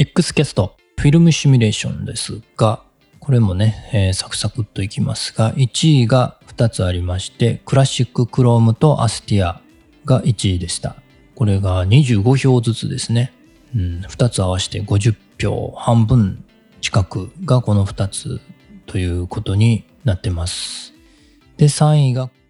X キャストフィルムシミュレーションですが、これもね、サクサクっといきますが、1位が2つありまして、クラシッククロームとアスティアが1位でした。これが25票ずつですね。2つ合わせて50票、半分近くがこの2つということになってます。で、3位が